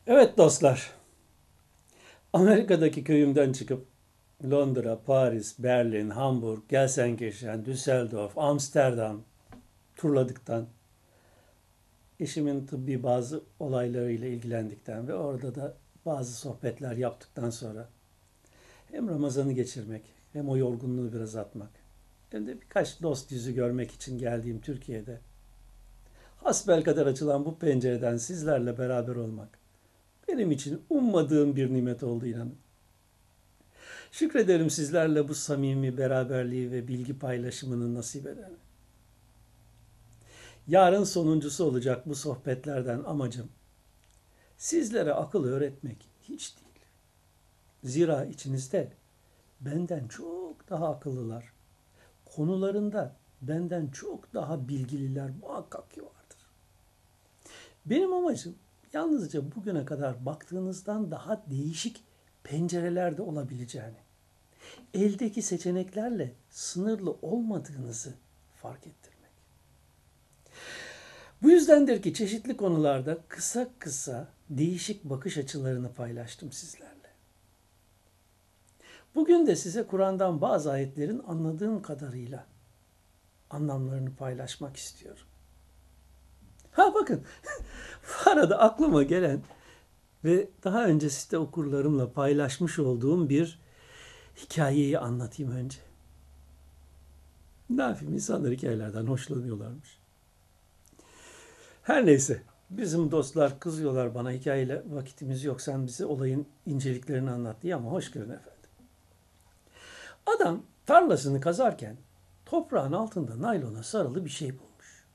Evet dostlar, Amerika'daki köyümden çıkıp Londra, Paris, Berlin, Hamburg, Gelsenkirchen, Düsseldorf, Amsterdam turladıktan, eşimin tıbbi bazı olaylarıyla ilgilendikten ve orada da bazı sohbetler yaptıktan sonra hem Ramazan'ı geçirmek hem o yorgunluğu biraz atmak hem de birkaç dost yüzü görmek için geldiğim Türkiye'de hasbelkader açılan bu pencereden sizlerle beraber olmak benim için ummadığım bir nimet oldu inanın. Şükrederim sizlerle bu samimi beraberliği ve bilgi paylaşımını nasip eden. Yarın sonuncusu olacak bu sohbetlerden amacım sizlere akıl öğretmek hiç değil. Zira içinizde benden çok daha akıllılar, konularında benden çok daha bilgililer muhakkak ki vardır. Benim amacım yalnızca bugüne kadar baktığınızdan daha değişik pencerelerde olabileceğini, eldeki seçeneklerle sınırlı olmadığınızı fark ettirmek. Bu yüzdendir ki çeşitli konularda kısa kısa değişik bakış açılarını paylaştım sizlerle. Bugün de size Kur'an'dan bazı ayetlerin anladığım kadarıyla anlamlarını paylaşmak istiyorum. Ha bakın, bu arada aklıma gelen ve daha önce site okurlarımla paylaşmış olduğum bir hikayeyi anlatayım önce. Ne yapayım, insanlar hikayelerden hoşlanıyorlarmış. Her neyse, bizim dostlar kızıyorlar bana, hikayeyle vakitimiz yok, sen bize olayın inceliklerini anlat diye, ama hoş görün efendim. Adam tarlasını kazarken toprağın altında naylona sarılı bir şey bulmuş.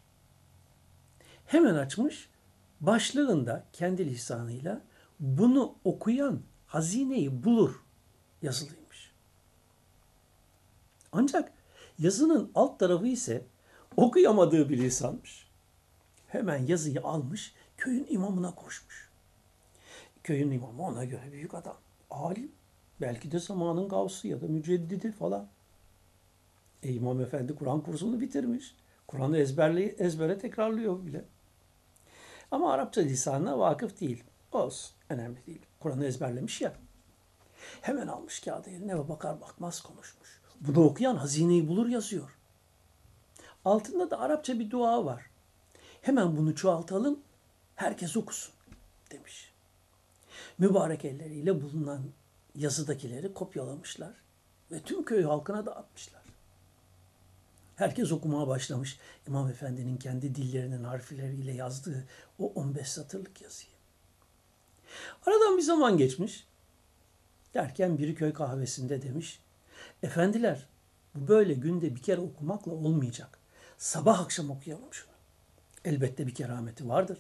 Hemen açmış, başlığında kendi lisanıyla bunu okuyan hazineyi bulur yazılıymış. Ancak yazının alt tarafı ise okuyamadığı bir lisanmış. Hemen yazıyı almış, köyün imamına koşmuş. Köyün imamı ona göre büyük adam, alim, belki de zamanın gavsı ya da müceddidi falan. İmam Efendi Kur'an kursunu bitirmiş. Kur'an'ı ezbere tekrarlıyor bile. Ama Arapça lisanına vakıf değil. Olsun, önemli değil. Kur'an'ı ezberlemiş ya. Hemen almış kağıdı eline ve bakar bakmaz konuşmuş. Bunu okuyan hazineyi bulur yazıyor. Altında da Arapça bir dua var. Hemen bunu çoğaltalım, herkes okusun demiş. Mübarek elleriyle bulunan yazıdakileri kopyalamışlar ve tüm köy halkına dağıtmışlar. Herkes okumaya başlamış İmam Efendi'nin kendi dillerinin harfleriyle yazdığı o 15 satırlık yazıyı. Aradan bir zaman geçmiş. Derken biri köy kahvesinde demiş: efendiler, bu böyle günde bir kere okumakla olmayacak. Sabah akşam okuyalım şunu. Elbette bir kerameti vardır.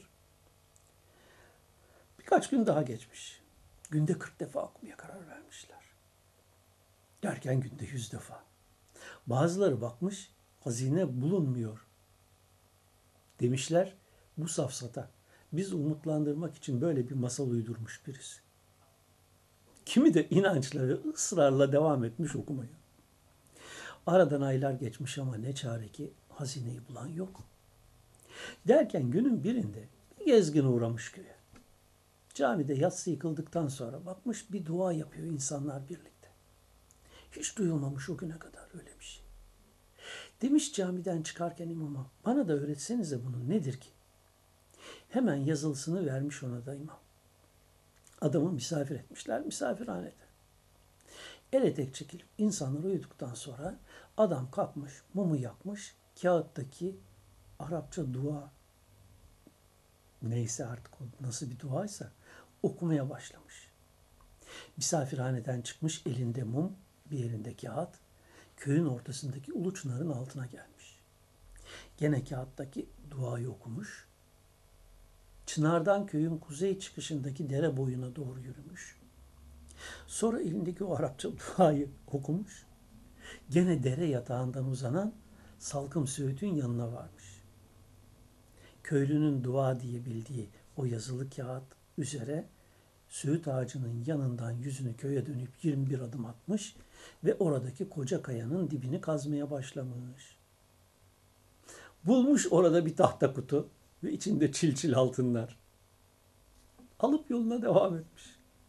Birkaç gün daha geçmiş. Günde 40 defa okumaya karar vermişler. Derken günde 100 defa. Bazıları bakmış, hazine bulunmuyor. Demişler, bu safsata biz umutlandırmak için böyle bir masal uydurmuş birisi. Kimi de inançla ve ısrarla devam etmiş okumaya. Aradan aylar geçmiş ama ne çare ki hazineyi bulan yok. Derken günün birinde bir gezgin uğramış köye. Camide yatsı yıkıldıktan sonra bakmış bir dua yapıyor insanlar birlikte. Hiç duyulmamış o güne kadar öyle bir şey. Demiş camiden çıkarken imama, bana da öğretsenize bunu nedir ki? Hemen yazılısını vermiş ona da imam. Adamı misafir etmişler misafirhanede. El etek çekilip insanlar uyuduktan sonra adam kalkmış, mumu yakmış, kağıttaki Arapça dua, neyse artık o nasıl bir duaysa, okumaya başlamış. Misafirhaneden çıkmış, elinde mum, bir elinde kağıt, köyün ortasındaki ulu çınarın altına gelmiş. Gene kağıttaki duayı okumuş. Çınardan köyün kuzey çıkışındaki dere boyuna doğru yürümüş. Sonra elindeki o Arapça duayı okumuş. Gene dere yatağından uzanan salkım söğütün yanına varmış. Köylünün dua diye bildiği o yazılı kağıt üzere söğüt ağacının yanından yüzünü köye dönüp 21 adım atmış ve oradaki koca kayanın dibini kazmaya başlamış. Bulmuş orada bir tahta kutu ve içinde çil çil altınlar. Alıp yoluna devam etmiş.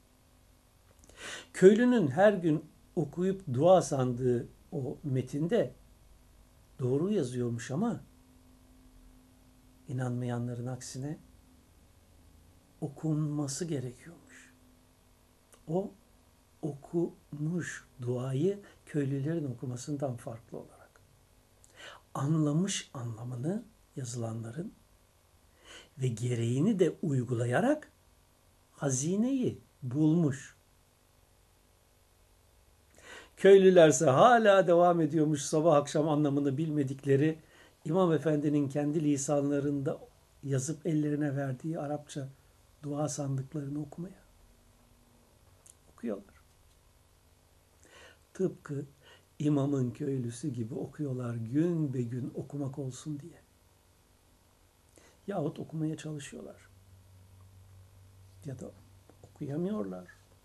Köylünün her gün okuyup dua sandığı o metinde doğru yazıyormuş ama inanmayanların aksine okunması gerekiyormuş. O okumuş duayı köylülerin okumasından farklı olarak. Anlamış anlamını yazılanların ve gereğini de uygulayarak hazineyi bulmuş. Köylülerse hala devam ediyormuş sabah akşam anlamını bilmedikleri İmam Efendi'nin kendi lisanlarında yazıp ellerine verdiği Arapça dua sandıklarını okumaya. Okuyorlar. Tıpkı imamın köylüsü gibi okuyorlar gün be gün okumak olsun diye. Yahut okumaya çalışıyorlar. Ya da okuyamıyorlar.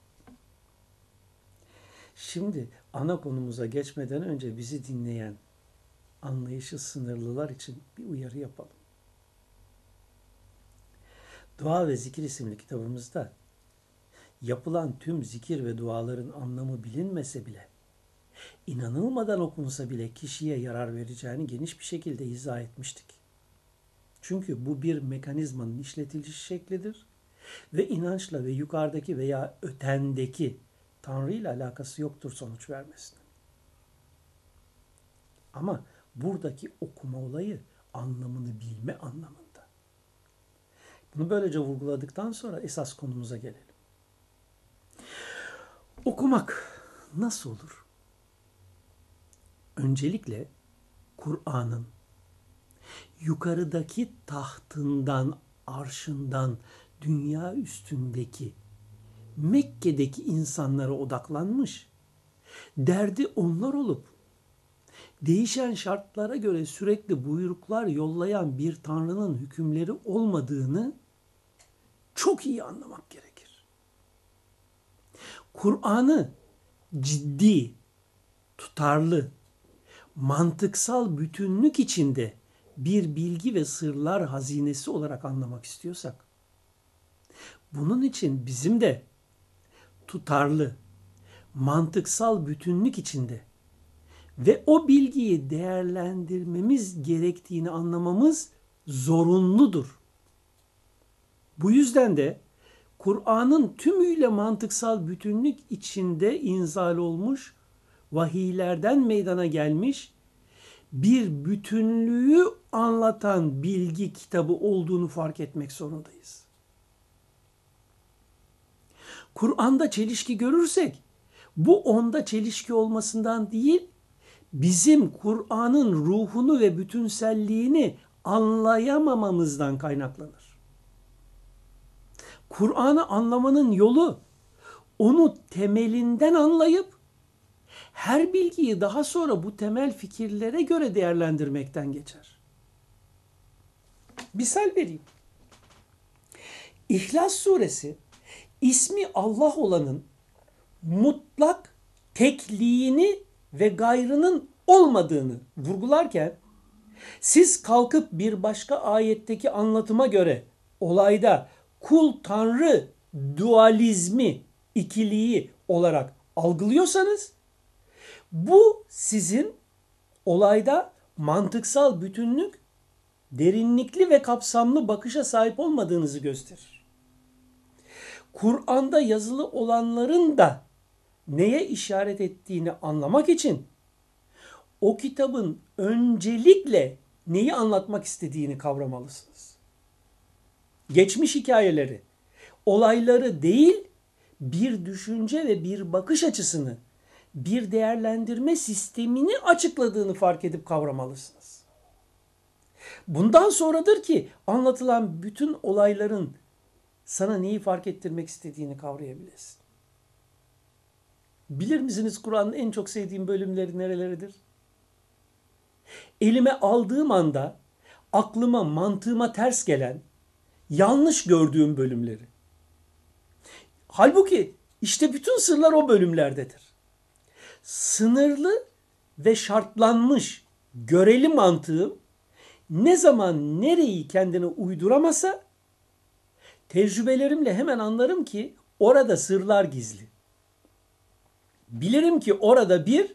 Şimdi ana konumuza geçmeden önce bizi dinleyen anlayışı sınırlılar için bir uyarı yapalım. Dua ve Zikir isimli kitabımızda yapılan tüm zikir ve duaların anlamı bilinmese bile, inanılmadan okunsa bile kişiye yarar vereceğini geniş bir şekilde izah etmiştik. Çünkü bu bir mekanizmanın işletiliş şeklidir ve inançla ve yukarıdaki veya ötendeki Tanrı ile alakası yoktur sonuç vermesine. Ama buradaki okuma olayı anlamını bilme anlamında. Bunu böylece vurguladıktan sonra esas konumuza gelelim. Okumak nasıl olur? Öncelikle Kur'an'ın yukarıdaki tahtından, arşından, dünya üstündeki Mekke'deki insanlara odaklanmış, derdi onlar olup, değişen şartlara göre sürekli buyruklar yollayan bir Tanrı'nın hükümleri olmadığını çok iyi anlamak gerekir. Kur'an'ı ciddi, tutarlı, mantıksal bütünlük içinde bir bilgi ve sırlar hazinesi olarak anlamak istiyorsak, bunun için bizim de tutarlı, mantıksal bütünlük içinde ve o bilgiyi değerlendirmemiz gerektiğini anlamamız zorunludur. Bu yüzden de Kur'an'ın tümüyle mantıksal bütünlük içinde inzal olmuş, vahiylerden meydana gelmiş bir bütünlüğü anlatan bilgi kitabı olduğunu fark etmek zorundayız. Kur'an'da çelişki görürsek, bu onda çelişki olmasından değil, bizim Kur'an'ın ruhunu ve bütünselliğini anlayamamamızdan kaynaklanır. Kur'an'ı anlamanın yolu, onu temelinden anlayıp, her bilgiyi daha sonra bu temel fikirlere göre değerlendirmekten geçer. Misal vereyim. İhlas suresi, ismi Allah olanın mutlak tekliğini ve gayrının olmadığını vurgularken, siz kalkıp bir başka ayetteki anlatıma göre olayda kul tanrı dualizmi, ikiliği olarak algılıyorsanız, bu sizin olayda mantıksal bütünlük, derinlikli ve kapsamlı bakışa sahip olmadığınızı gösterir. Kur'an'da yazılı olanların da neye işaret ettiğini anlamak için o kitabın öncelikle neyi anlatmak istediğini kavramalısınız. Geçmiş hikayeleri, olayları değil, bir düşünce ve bir bakış açısını, bir değerlendirme sistemini açıkladığını fark edip kavramalısınız. Bundan sonradır ki anlatılan bütün olayların sana neyi fark ettirmek istediğini kavrayabilirsin. Bilir misiniz Kur'an'ın en çok sevdiğim bölümleri nereleridir? Elime aldığım anda aklıma, mantığıma ters gelen, yanlış gördüğüm bölümleri. Halbuki işte bütün sırlar o bölümlerdedir. Sınırlı ve şartlanmış göreli mantığım ne zaman nereyi kendine uyduramasa Tecrübelerimle hemen anlarım ki orada sırlar gizli. Bilirim ki orada bir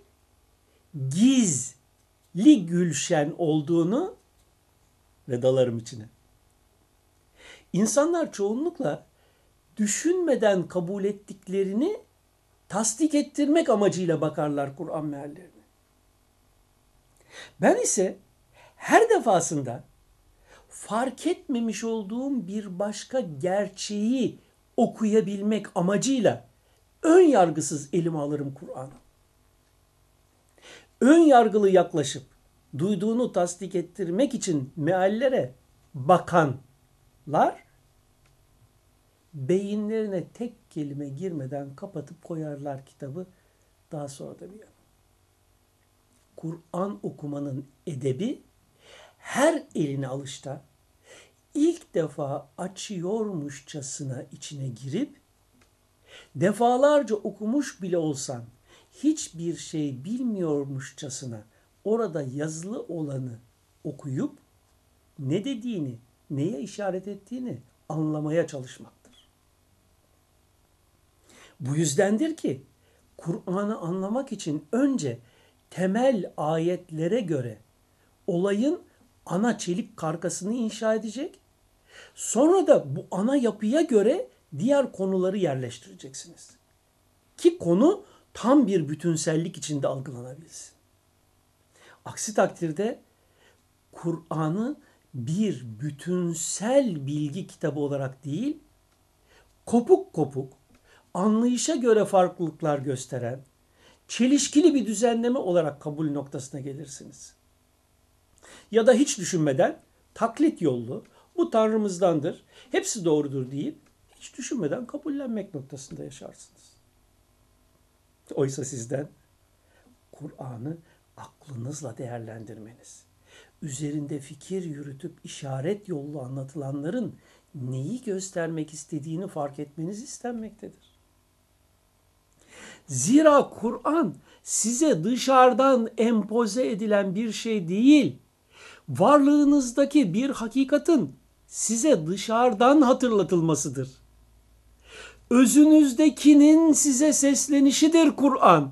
gizli gülşen olduğunu ve dalarım içine. İnsanlar çoğunlukla düşünmeden kabul ettiklerini tasdik ettirmek amacıyla bakarlar Kur'an meallerine. Ben ise her defasında fark etmemiş olduğum bir başka gerçeği okuyabilmek amacıyla ön yargısız elime alırım Kur'an'ı. Ön yargılı yaklaşıp duyduğunu tasdik ettirmek için meallere bakanlar beyinlerine tek kelime girmeden kapatıp koyarlar kitabı, daha sonra da bir yana. Kur'an okumanın edebi her eline alışta ilk defa açıyormuşçasına içine girip defalarca okumuş bile olsan hiçbir şey bilmiyormuşçasına orada yazılı olanı okuyup ne dediğini, neye işaret ettiğini anlamaya çalışmaktır. Bu yüzdendir ki Kur'an'ı anlamak için önce temel ayetlere göre olayın ana çelik karkasını inşa edecek. Sonra da bu ana yapıya göre diğer konuları yerleştireceksiniz. Ki konu tam bir bütünsellik içinde algılanabilsin. Aksi takdirde Kur'an'ı bir bütünsel bilgi kitabı olarak değil, kopuk kopuk, anlayışa göre farklılıklar gösteren, çelişkili bir düzenleme olarak kabul noktasına gelirsiniz. Ya da hiç düşünmeden taklit yollu, bu Tanrımızdandır, hepsi doğrudur deyip hiç düşünmeden kabullenmek noktasında yaşarsınız. Oysa sizden Kur'an'ı aklınızla değerlendirmeniz, üzerinde fikir yürütüp işaret yollu anlatılanların neyi göstermek istediğini fark etmeniz istenmektedir. Zira Kur'an size dışarıdan empoze edilen bir şey değil, varlığınızdaki bir hakikatin size dışarıdan hatırlatılmasıdır. Özünüzdekinin size seslenişidir Kur'an.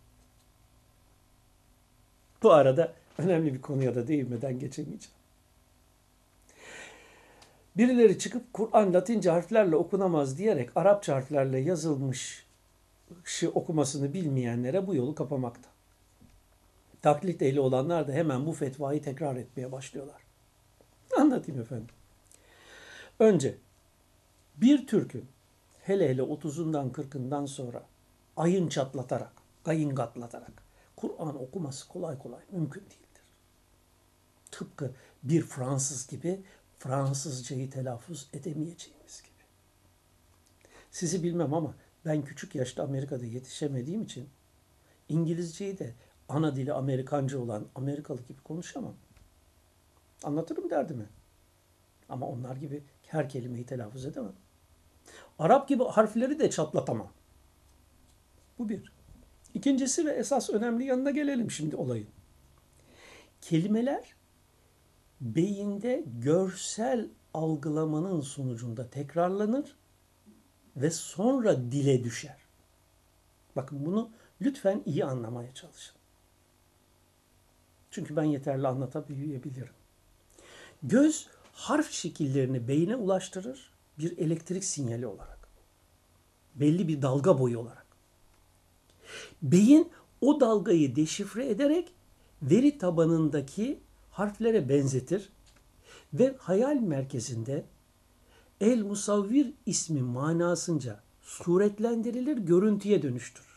Bu arada önemli bir konuya da değinmeden geçemeyeceğim. Birileri çıkıp Kur'an Latince harflerle okunamaz diyerek Arapça harflerle yazılmış okumasını bilmeyenlere bu yolu kapamakta. Taklit ehli olanlar da hemen bu fetvayı tekrar etmeye başlıyorlar. Anlatayım efendim. Önce bir Türk'ün hele hele 30'undan 40'ından sonra ayın çatlatarak, gayıngatlatarak Kur'an okuması kolay kolay mümkün değildir. Tıpkı bir Fransız gibi Fransızcayı telaffuz edemeyeceğimiz gibi. Sizi bilmem ama ben küçük yaşta Amerika'da yetişemediğim için İngilizceyi de ana dili Amerikanca olan Amerikalı gibi konuşamam. Anlatırım derdimi. Ama onlar gibi her kelimeyi telaffuz edemem. Arap gibi harfleri de çatlatamam. Bu bir. İkincisi ve esas önemli yanına gelelim şimdi olayın. Kelimeler beyinde görsel algılamanın sonucunda tekrarlanır ve sonra dile düşer. Bakın bunu lütfen iyi anlamaya çalışın. Çünkü ben yeterli anlatabilirim. Göz harf şekillerini beyne ulaştırır bir elektrik sinyali olarak. Belli bir dalga boyu olarak. Beyin o dalgayı deşifre ederek veri tabanındaki harflere benzetir ve hayal merkezinde El Musavvir ismi manasınca suretlendirilir, görüntüye dönüştürür.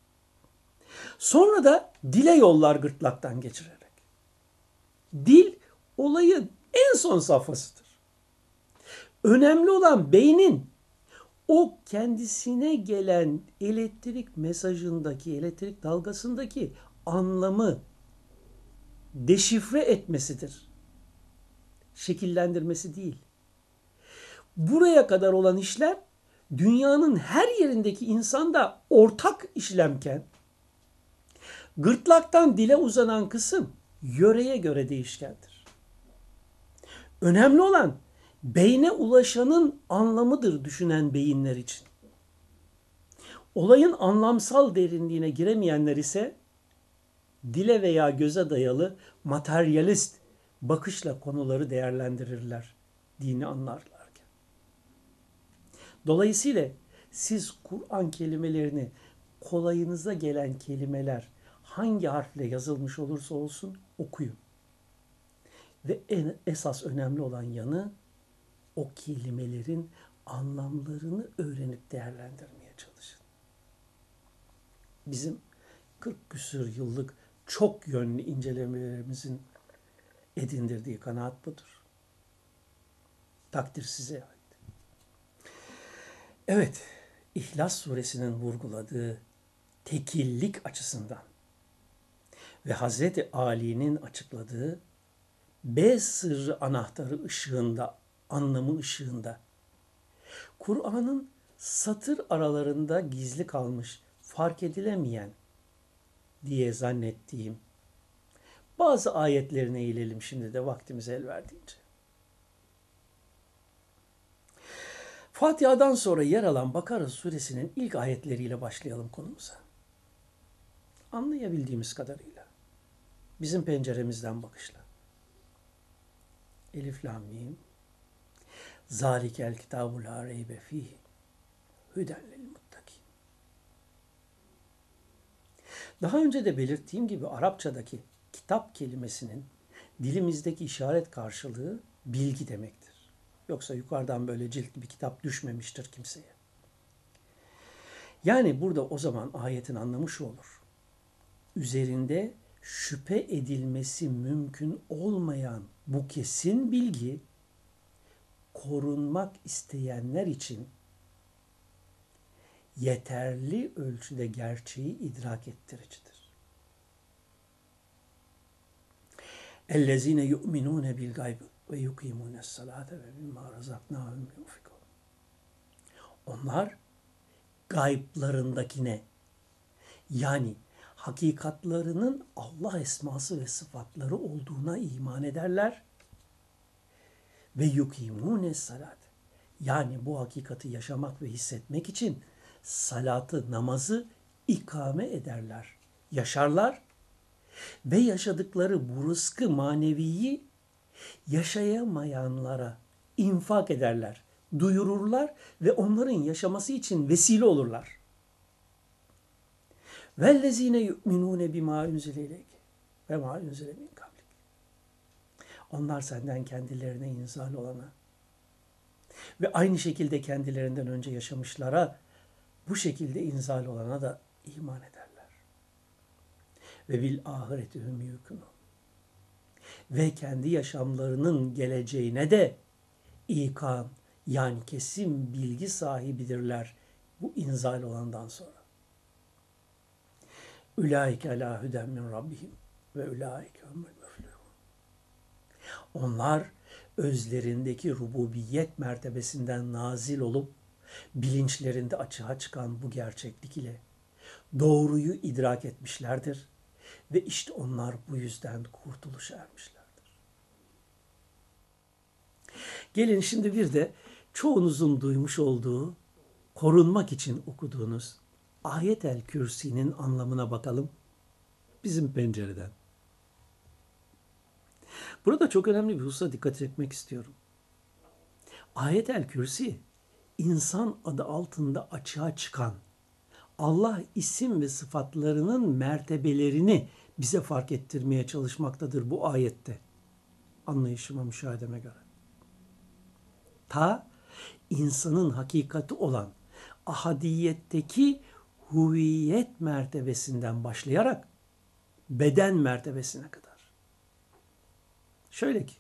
Sonra da dile yollar gırtlaktan geçirerek. Dil olayın en son safhasıdır. Önemli olan beynin o kendisine gelen elektrik mesajındaki, elektrik dalgasındaki anlamı deşifre etmesidir. Şekillendirmesi değil. Buraya kadar olan işlem dünyanın her yerindeki insanda ortak işlemken gırtlaktan dile uzanan kısım yöreye göre değişkendir. Önemli olan beyne ulaşanın anlamıdır düşünen beyinler için. Olayın anlamsal derinliğine giremeyenler ise dile veya göze dayalı materyalist bakışla konuları değerlendirirler dini anlarlarken. Dolayısıyla siz Kur'an kelimelerini, kolayınıza gelen kelimeler hangi harfle yazılmış olursa olsun okuyun. Ve esas önemli olan yanı o kelimelerin anlamlarını öğrenip değerlendirmeye çalışın. Bizim 40 küsur yıllık çok yönlü incelemelerimizin edindirdiği kanaat budur. Takdir size ait. Evet, İhlas suresinin vurguladığı tekillik açısından ve Hazreti Ali'nin açıkladığı B sırrı anahtarı ışığında, anlamı ışığında, Kur'an'ın satır aralarında gizli kalmış, fark edilemeyen diye zannettiğim bazı ayetlerine eğilelim şimdi de vaktimiz el verdiğince. Fatiha'dan sonra yer alan Bakara suresinin ilk ayetleriyle başlayalım konumuza. Anlayabildiğimiz kadarıyla. Bizim penceremizden bakışla. Elif lam mim. Zalikel kitabu la reybe fihi. Hüden lil muttakin. Daha önce de belirttiğim gibi Arapçadaki kitap kelimesinin dilimizdeki işaret karşılığı bilgi demektir. Yoksa yukarıdan böyle ciltli bir kitap düşmemiştir kimseye. Yani burada o zaman ayetin anlamı şu olur. Üzerinde şüphe edilmesi mümkün olmayan bu kesin bilgi korunmak isteyenler için yeterli ölçüde gerçeği idrak ettiricidir. اَلَّذ۪ينَ يُؤْمِنُونَ بِالْغَيْبِ وَيُقِيمُونَ الصَّلَاةَ وَمِمَّا رَزَقْنَاهُمْ يُنْفِقُونَ. Onlar gayblarındakine, yani hakikatlarının Allah esması ve sıfatları olduğuna iman ederler ve yukimune salat, yani bu hakikati yaşamak ve hissetmek için salatı, namazı ikame ederler, yaşarlar ve yaşadıkları bu rızkı maneviyi yaşayamayanlara infak ederler, duyururlar ve onların yaşaması için vesile olurlar. Vellezine yu'minune bima unzile ileyke ve ma unzile min kablik. Onlar senden kendilerine inzal olana ve aynı şekilde kendilerinden önce yaşamışlara bu şekilde inzal olana da iman ederler. Ve bil ahiretihum yuqinun. Ve kendi yaşamlarının geleceğine de ikan, yani kesin bilgi sahibidirler bu inzal olandan sonra. Ulaike ala huden min rabbihim ve ulaike humul müflihun. Onlar özlerindeki rububiyet mertebesinden nazil olup bilinçlerinde açığa çıkan bu gerçeklik ile doğruyu idrak etmişlerdir ve işte onlar bu yüzden kurtuluşa ermişlerdir. Gelin şimdi bir de çoğunuzun duymuş olduğu, korunmak için okuduğunuz Ayet-el Kürsi'nin anlamına bakalım bizim pencereden. Burada çok önemli bir hususa dikkat çekmek istiyorum. Ayet-el Kürsi, insan adı altında açığa çıkan Allah isim ve sıfatlarının mertebelerini bize fark ettirmeye çalışmaktadır bu ayette. Anlayışıma, müşahedeme göre. Ta insanın hakikati olan ahadiyetteki huviyet mertebesinden başlayarak beden mertebesine kadar. Şöyle ki,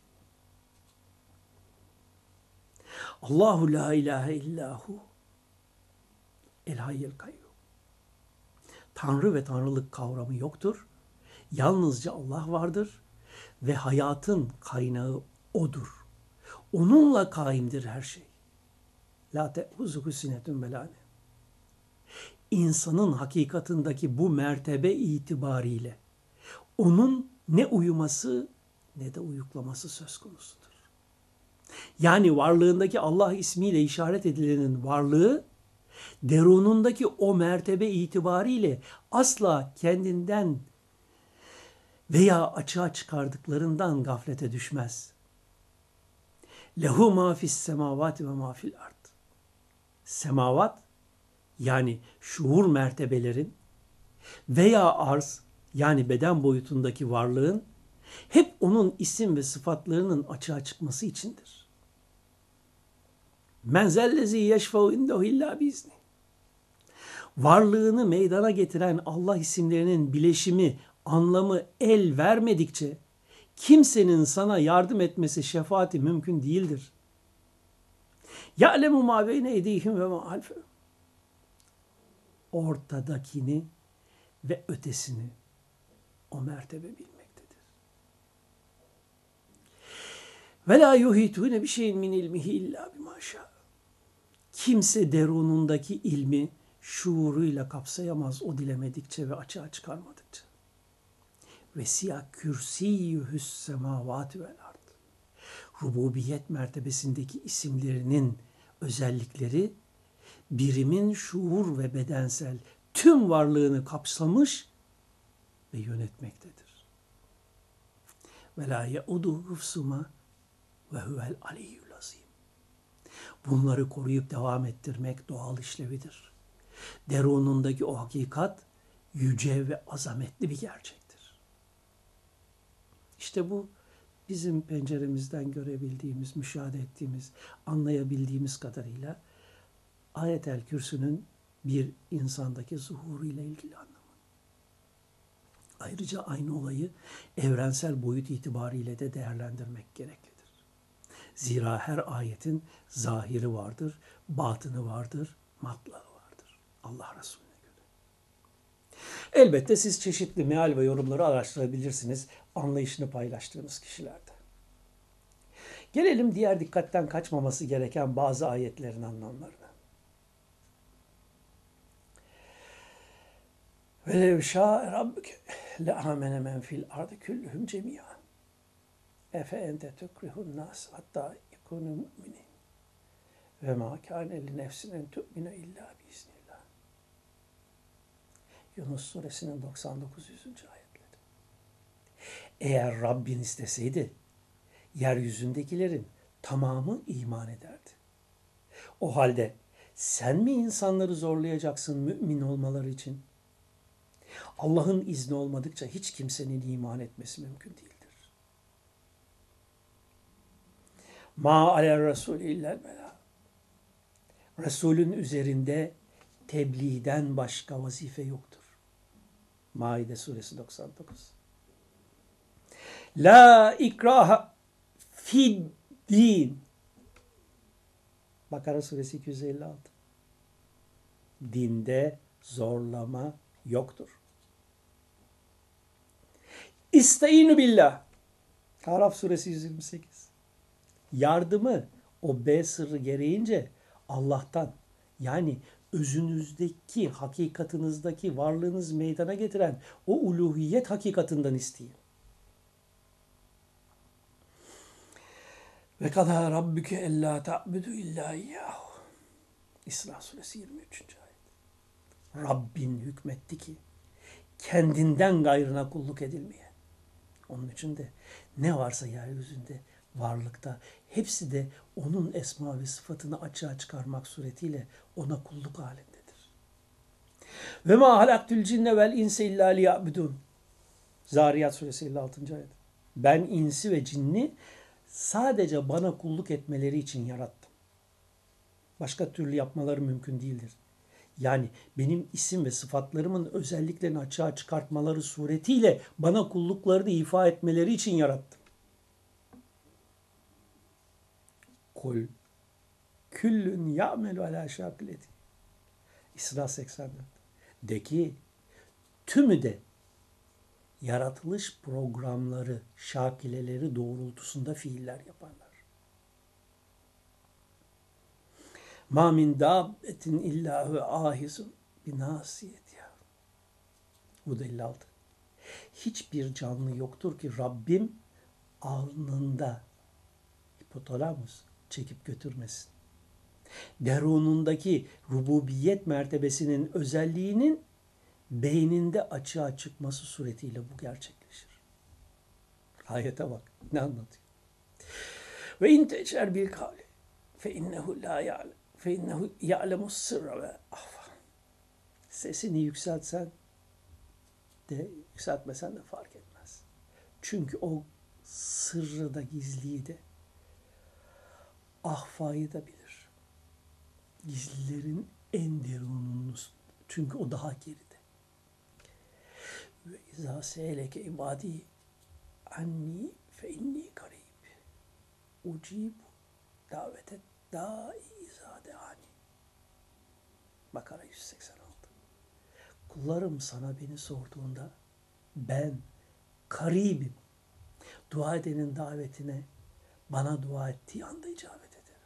Allahu la ilahe illahu el hayyel kayyum. Tanrı ve tanrılık kavramı yoktur. Yalnızca Allah vardır ve hayatın kaynağı O'dur. Onunla kaimdir her şey. La te'huzuhu sinetun velâne. İnsanın hakikatındaki bu mertebe itibariyle onun ne uyuması ne de uyuklaması söz konusudur. Yani varlığındaki Allah ismiyle işaret edilenin varlığı, derunundaki o mertebe itibariyle asla kendinden veya açığa çıkardıklarından gaflete düşmez. Lehu ma fis semavati ve ma fil ard. Semavat yani şuur mertebelerin veya arz yani beden boyutundaki varlığın hep onun isim ve sıfatlarının açığa çıkması içindir. Men zellezi yeşfeu indehu illa biizni. Varlığını meydana getiren Allah isimlerinin bileşimi, anlamı el vermedikçe kimsenin sana yardım etmesi, şefaati mümkün değildir. Ya'lemu ma beyne eydihim ve ma halfehum. Ortadakini ve ötesini o mertebe bilmektedir. Ve la yuhitune bi şeyin min ilmihi illa bima şa. Kimse derunundaki ilmi şuuruyla kapsayamaz o dilemedikçe ve açığa çıkarmadıkça. Ve siyah kürsiyühüs semavati vel ard. Rububiyet mertebesindeki isimlerinin özellikleri birimin şuur ve bedensel tüm varlığını kapsamış ve yönetmektedir. Ve la yauduhu hıfsuma ve huvel aliyyul azim. Bunları koruyup devam ettirmek doğal işlevidir. Derunundaki o hakikat yüce ve azametli bir gerçektir. İşte bu bizim penceremizden görebildiğimiz, müşahede ettiğimiz, anlayabildiğimiz kadarıyla Ayet-el Kürsü'nün bir insandaki zuhuru ile ilgili anlamı. Ayrıca aynı olayı evrensel boyut itibariyle de değerlendirmek gereklidir. Zira her ayetin zahiri vardır, batını vardır, matlağı vardır. Allah Resulüne göre. Elbette siz çeşitli meal ve yorumları araştırabilirsiniz anlayışını paylaştığınız kişilerde. Gelelim diğer dikkatten kaçmaması gereken bazı ayetlerin anlamlarına. وَلَوْ شَاءَ رَبُّكَ لَآمَنَ مَنْ فِي الْأَرْضِ كُلُّهُمْ جَمِيعًا اَفَاَنْتَ تُكْرِهُ النَّاسَ حَتَّى يَكُونُوا مُؤْمِنِينَ وَمَا كَانَ لِنَفْسٍ اَنْ تُؤْمِنَ اِلَّا بِإِذْنِ اللّٰهِ. Yunus suresinin 99-100. ayetleri. Eğer Rabbin isteseydi, yeryüzündekilerin tamamı iman ederdi. O halde sen mi insanları zorlayacaksın mümin olmaları için? Allah'ın izni olmadıkça hiç kimsenin iman etmesi mümkün değildir. Ma alel Resulü illel bela. Resulün üzerinde tebliğden başka vazife yoktur. Maide suresi 99. La ikraha fid din. Bakara suresi 256. Dinde zorlama yoktur. İsteînü billah. Araf suresi 128. Yardımı o B sırrı gereğince Allah'tan, yani özünüzdeki, hakikatınızdaki varlığınız meydana getiren o uluhiyet hakikatinden isteyin. Ve kadâ rabbüke ellâ ta'budu illâ iyyâhu. İsra suresi 23. ayet. Rabbin hükmetti ki kendinden gayrına kulluk edilmeye. Onun için de ne varsa yeryüzünde, varlıkta, hepsi de onun esma ve sıfatını açığa çıkarmak suretiyle ona kulluk halindedir. Ve ma halaktül cinne vel inse illa liya'budun. Zariyat suresi 56. ayet. Ben insi ve cinni sadece bana kulluk etmeleri için yarattım. Başka türlü yapmaları mümkün değildir. Yani benim isim ve sıfatlarımın özelliklerini açığa çıkartmaları suretiyle bana kulluklarını ifa etmeleri için yarattım. Kul küllün ya'melu ala şakileti. İsra 84. De ki tümü de yaratılış programları, şakileleri doğrultusunda fiiller yaparlar. Ma min dabbetin illa ve ahizun binasiyetiha. Bu da 56. Hiçbir canlı yoktur ki Rabbim alnında hipotalamus çekip götürmesin. Derunundaki rububiyet mertebesinin özelliğinin beyninde açığa çıkması suretiyle bu gerçekleşir. Ayete bak. Ne anlatıyor? Ve in teçer bil kavli fe innehu la ya'lem fe innehu ya'lemus sırra ve ahfa. Sesini yükseltsen de yükseltmesen de fark etmez. Çünkü o sırrı da gizliyi de ahfayı da bilir. Gizlilerin en derununu. Çünkü o daha geride. Ve izâ se'eleke ibâdî anni fe inni karib. Ucibu davetet dâi izâ deâni. Bakara 186. Kullarım sana beni sorduğunda ben karibim. Dua edenin davetine bana dua ettiği anda icabet ederim.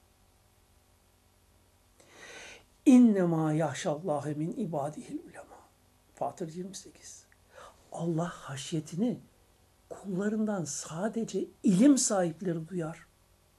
İnnemâ yahşallâhe min ibâdihil ulema. Fatır 28. Allah haşyetini kullarından sadece ilim sahipleri duyar.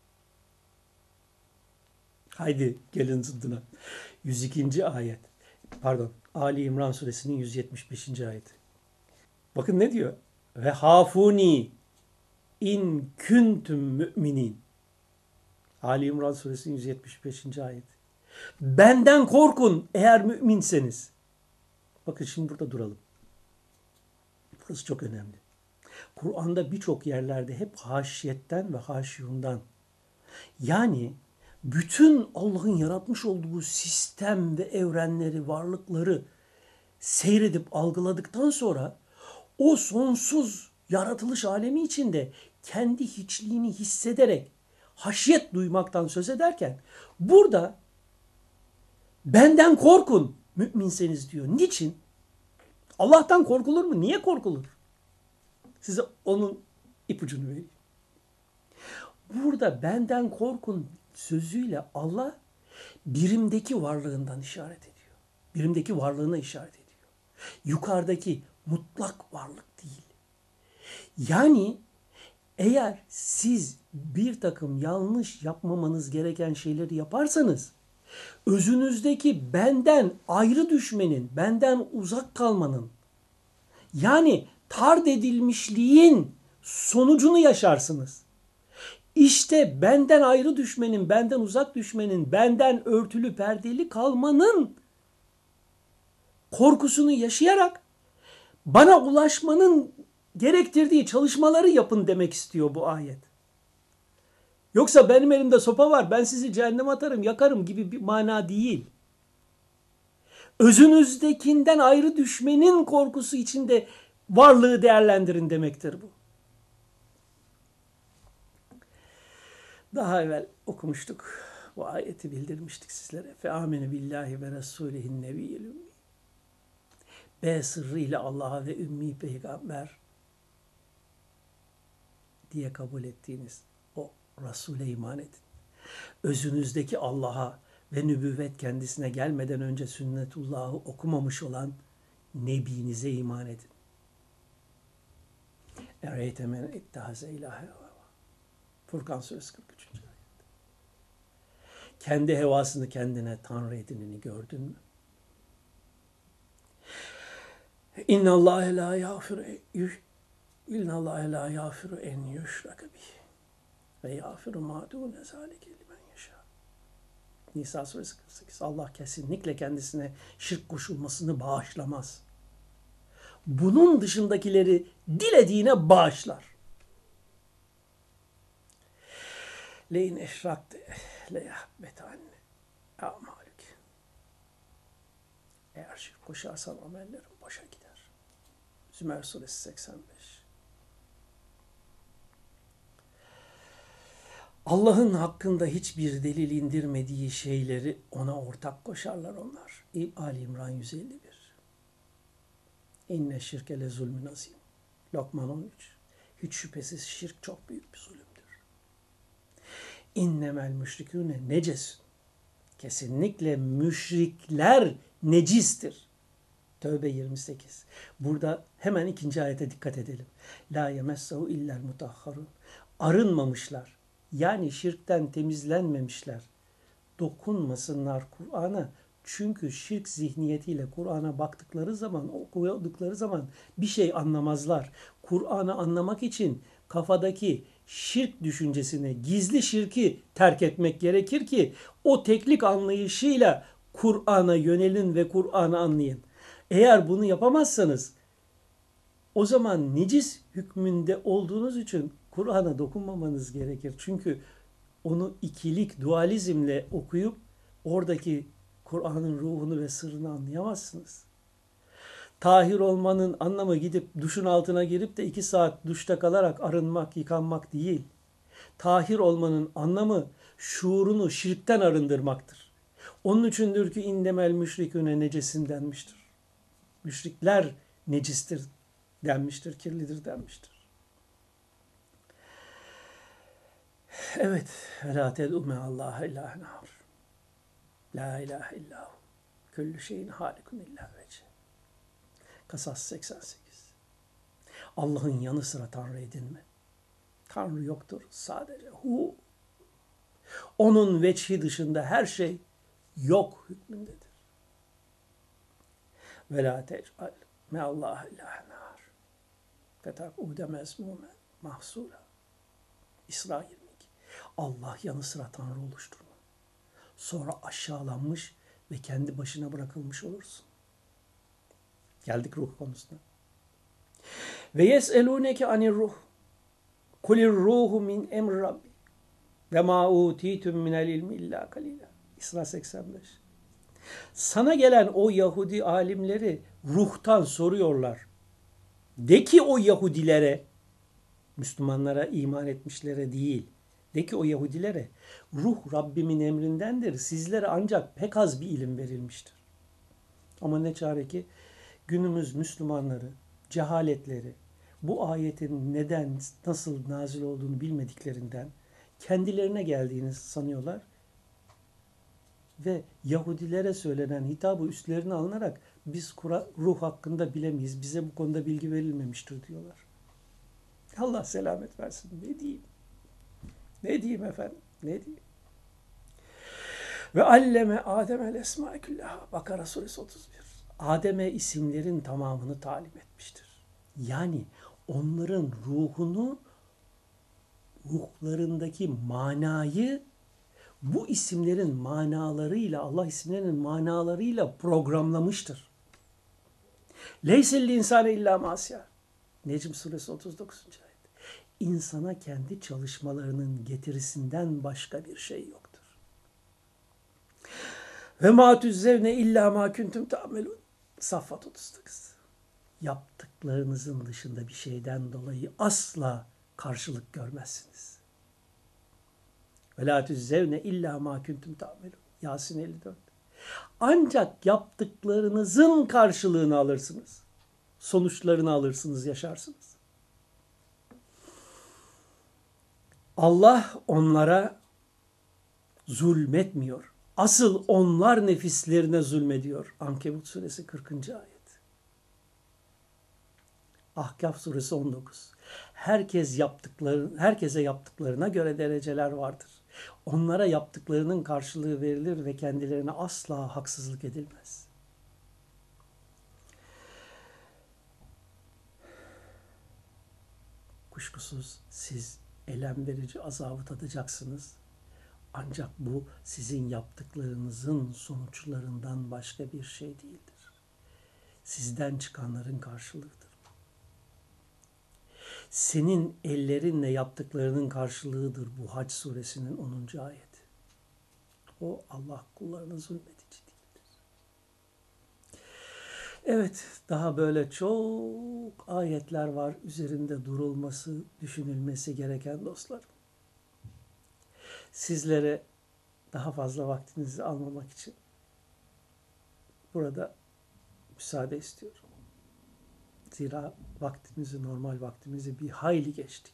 Haydi gelin zıddına. 102. ayet. Pardon. Ali İmran suresinin 175. ayeti. Bakın ne diyor? Ve hafuni in kuntum müminin. Ali İmran suresinin 175. ayeti. Benden korkun eğer müminseniz. Bakın şimdi burada duralım. Burası çok önemli. Kur'an'da birçok yerlerde hep haşiyetten ve haşiyundan, yani bütün Allah'ın yaratmış olduğu sistem ve evrenleri, varlıkları seyredip algıladıktan sonra o sonsuz yaratılış alemi içinde kendi hiçliğini hissederek haşiyet duymaktan söz ederken burada benden korkun müminseniz diyor. Niçin? Allah'tan korkulur mu? Niye korkulur? Size onun ipucunu vereyim. Burada benden korkun sözüyle Allah birimdeki varlığından işaret ediyor. Birimdeki varlığına işaret ediyor. Yukarıdaki mutlak varlık değil. Yani eğer siz bir takım yanlış yapmamanız gereken şeyleri yaparsanız özünüzdeki benden ayrı düşmenin, benden uzak kalmanın, yani tard edilmişliğin sonucunu yaşarsınız. İşte benden ayrı düşmenin, benden uzak düşmenin, benden örtülü perdeli kalmanın korkusunu yaşayarak bana ulaşmanın gerektirdiği çalışmaları yapın demek istiyor bu ayet. Yoksa benim elimde sopa var, ben sizi cehenneme atarım, yakarım gibi bir mana değil. Özünüzdekinden ayrı düşmenin korkusu içinde varlığı değerlendirin demektir bu. Daha evvel okumuştuk. Bu ayeti bildirmiştik sizlere. Fe amene billahi ve rasulihin nebiyyil ümmi. B sırrıyla Allah'a ve ümmi peygamber diye kabul ettiğiniz o Resul'e iman edin. Özünüzdeki Allah'a ve nübüvvet kendisine gelmeden önce sünnetullah'ı okumamış olan Nebinize iman edin. Ereyte men ittahaze ilahe. Furkan suresi 43. ayet. Kendi hevasını kendine tanrı edineni gördün mü? İnnallâhe lâ yâfiru en yüşrake bih ve yâfiru mâ dûne zâlike limen yeşâ. Nisa suresi 48. Allah kesinlikle kendisine şirk koşulmasını bağışlamaz. Bunun dışındakileri dilediğine bağışlar. Leyn eşrakte leyahbetanne amalük. Eğer şirk koşarsan amellerin boşa gider. Zümer suresi 85. Allah'ın hakkında hiçbir delil indirmediği şeyleri ona ortak koşarlar onlar. Ali İmran 151. İnne şirke le zulmün azim. Lokman 13. Hiç şüphesiz şirk çok büyük bir zulümdür. İnnemel müşrikûne neces. Kesinlikle müşrikler necistir. Tövbe 28. Burada hemen 2. ayete dikkat edelim. La yemessahu illel mutahharun. Arınmamışlar. Yani şirkten temizlenmemişler. Dokunmasınlar Kur'an'a. Çünkü şirk zihniyetiyle Kur'an'a baktıkları zaman, okudukları zaman bir şey anlamazlar. Kur'an'ı anlamak için kafadaki şirk düşüncesini, gizli şirki terk etmek gerekir ki o teklik anlayışıyla Kur'an'a yönelin ve Kur'an'ı anlayın. Eğer bunu yapamazsanız o zaman necis hükmünde olduğunuz için Kur'an'a dokunmamanız gerekir. Çünkü onu ikilik, dualizmle okuyup oradaki Kur'an'ın ruhunu ve sırrını anlayamazsınız. Tahir olmanın anlamı gidip duşun altına girip de 2 saat duşta kalarak arınmak, yıkanmak değil. Tahir olmanın anlamı şuurunu şirkten arındırmaktır. Onun içindir ki indemel müşriküne necesin denmiştir. Müşrikler necistir denmiştir, kirlidir denmiştir. Evet. La ted'u me'allaha ilahen ahar. La ilahe illahu. Küllü şeyin halikun illa vece. Kasas 88. Allah'ın yanı sıra Tanrı edinme. Tanrı yoktur. Sadece hu. Onun veçhi dışında her şey yok hükmündedir. Ve la tec'al me'allaha ilahen ahar. Fetak'ude mezmumen mahsura. İsra 22. Allah yanı sıra Tanrı oluşturma. Sonra aşağılanmış ve kendi başına bırakılmış olursun. Geldik ruh konusuna. Ve yes'elûneke anir ruh. Kulir ruhu min emri rabbi. Ve ma utitum minel ilmi illa kalila. İsra 85. Sana gelen o Yahudi alimleri ruhtan soruyorlar. De ki o Yahudilere, Müslümanlara, iman etmişlere değil, de ki o Yahudilere, ruh Rabbimin emrindendir. Sizlere ancak pek az bir ilim verilmiştir. Ama ne çare ki günümüz Müslümanları, cehaletleri, bu ayetin neden, nasıl nazil olduğunu bilmediklerinden kendilerine geldiğini sanıyorlar. Ve Yahudilere söylenen hitabı üstlerine alınarak biz ruh hakkında bilemeyiz, bize bu konuda bilgi verilmemiştir diyorlar. Allah selamet versin. Ne diyeyim? Ne diyeyim efendim? Ne diyeyim? Ve alleme Adem'el esmâ küllaha. Bakara suresi 31. Adem'e isimlerin tamamını talim etmiştir. Yani onların ruhunu, ruhlarındaki manayı bu isimlerin manalarıyla, Allah isimlerinin manalarıyla programlamıştır. Leysel insane illa masya. Necm suresi 39. ayet. İnsana kendi çalışmalarının getirisinden başka bir şey yoktur. Ve ma tüzzevne illa ma kuntum ta'melun. Saffat 39. Yaptıklarınızın dışında bir şeyden dolayı asla karşılık görmezsiniz. Ve la tüzzevne illa ma kuntum ta'melun. Yasin 54. Ancak yaptıklarınızın karşılığını alırsınız. Sonuçlarını alırsınız, yaşarsınız. Allah onlara zulmetmiyor. Asıl onlar nefislerine zulmediyor. Ankebut suresi 40. ayet. Ahkaf suresi 19. Herkese yaptıklarına göre dereceler vardır. Onlara yaptıklarının karşılığı verilir ve kendilerine asla haksızlık edilmez. Kuşkusuz siz elem verici azabı tadacaksınız. Ancak bu sizin yaptıklarınızın sonuçlarından başka bir şey değildir. Sizden çıkanların karşılığıdır. Senin ellerinle yaptıklarının karşılığıdır bu Hac suresinin 10. ayeti. O Allah kullarına zulmedici değildir. Evet, daha böyle çok ayetler var üzerinde durulması, düşünülmesi gereken dostlarım. Sizlere daha fazla vaktinizi almamak için burada müsaade istiyorum. Zira normal vaktimizi bir hayli geçtik.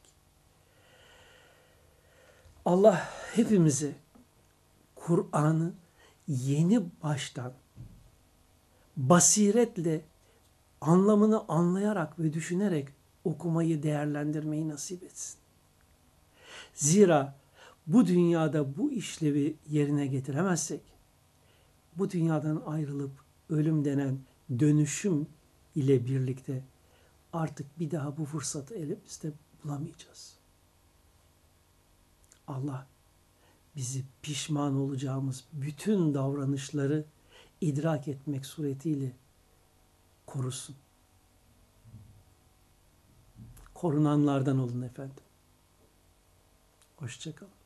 Allah hepimizi Kur'an'ı yeni baştan basiretle anlamını anlayarak ve düşünerek okumayı, değerlendirmeyi nasip etsin. Zira bu dünyada bu işlevi yerine getiremezsek, bu dünyadan ayrılıp ölüm denen dönüşüm ile birlikte artık bir daha bu fırsatı elimizde bulamayacağız. Allah bizi pişman olacağımız bütün davranışları idrak etmek suretiyle korusun. Korunanlardan olun efendim. Hoşça kalın.